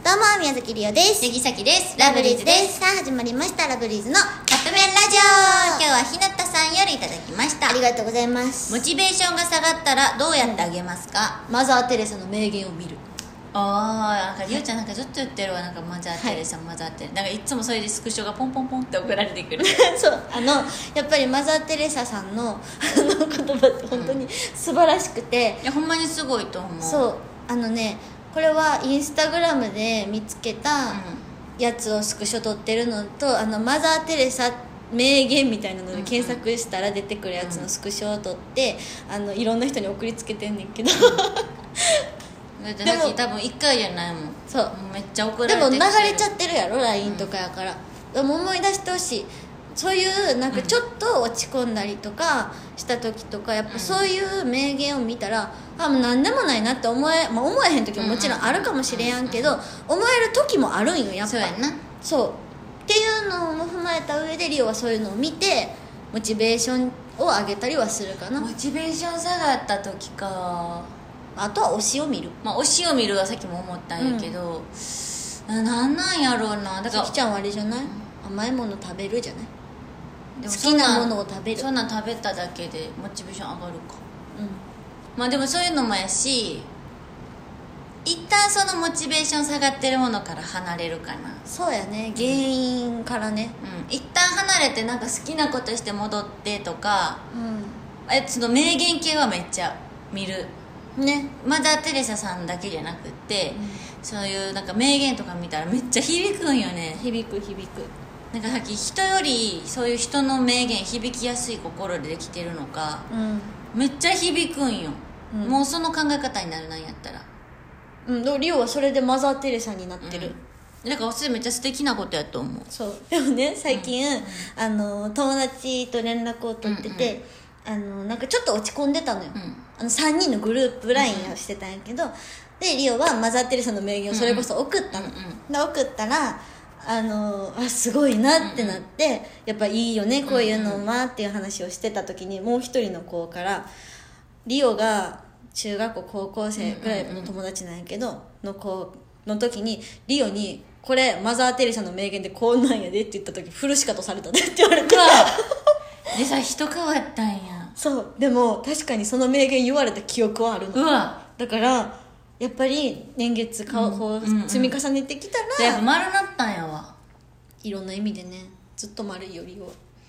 どうも、宮崎りおです。 杉崎です。 ラブリーズです。さあ、始まりました。ラブリーズのカップ麺ラジオ。今日はひなたさんよりいただきました。 ありがとうございます。 モチベーションが下がったらどうやってあげますか？ マザー・テレサの名言を見る。 なんかりおちゃんなんかずっと言ってるわ。なんかマザー・テレサ、マザー・テレサ、なんかいつもそれでスクショがポンポンポンって送られてくるそうやっぱりマザー・テレサさんの言葉って本当に素晴らしくて、 いやほんまにすごいと思う。 そうこれはインスタグラムで見つけたやつをスクショ撮ってるのと、マザー・テレサ名言みたいなので検索したら出てくるやつのスクショを撮って、いろんな人に送りつけてんねんけどだってさっき多分1回じゃないもん。 そうもうめっちゃ送られてでも流れちゃってるやろ LINE とかやから、でも思い出してほしい。そういうなんかちょっと落ち込んだりとかした時とか、やっぱそういう名言を見たら、もう何でもないなって思えへん時ももちろんあるかもしれやんけど、思える時もあるんよやっぱ。 そうやな。 そうっていうのも踏まえた上でリオはそういうのを見てモチベーションを上げたりはするかな。 モチベーション下がった時か。 あとは推しを見る。 推しを見るはさっきも思ったんやけど、なんやろうな。だからさきちゃんはあれじゃない、甘いもの食べるじゃない。 でも好きなものを食べる。 そんなん食べただけでモチベーション上がるか。 うん、 でもそういうのもやし、一旦そのモチベーション下がってるものから離れるかな。 そうやね、原因からね。 一旦離れてなんか好きなことして戻ってとか、その名言系はめっちゃ見るね。 マザー・テレサさんだけじゃなくって、そういうなんか名言とか見たらめっちゃ響くんよね。 響く。 なんかさっき人よりそういう人の名言響きやすい心でできてるのか、めっちゃ響くんよ、もうその考え方になるなんやったら。 でもリオはそれでマザー・テレサになってる、 だからそれめっちゃ素敵なことやと思う。 そうでもね、最近、友達と連絡を取ってて、なんかちょっと落ち込んでたのよ、3人のグループ LINE をしてたんやけど、でリオはマザー・テレサの名言をそれこそ送ったの、で送ったらすごいなってなって、やっぱいいよねこういうのはっていう話をしてた時に、もう一人の子からリオが中学校高校生ぐらいの友達なんやけど、の子の時にリオにこれマザー・テレサの名言でこんなんやでって言った時フルシカトされたでって言われてでさ、人変わったんや。 そうでも確かにその名言言われた記憶はあるの。だからやっぱり年月こう積み重ねてきたら、 やっぱ丸なったんやわ。 いろんな意味でね、ずっと丸いよりを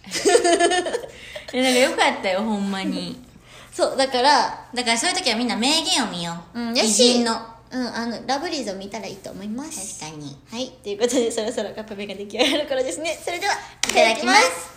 なんかよかったよほんまにそうだからそういう時はみんな名言を見よう。 偉人のラブリーズを見たらいいと思います。 確かに。 はい、ということでそろそろカップ麺が出来上がる頃ですね。それではいただきます。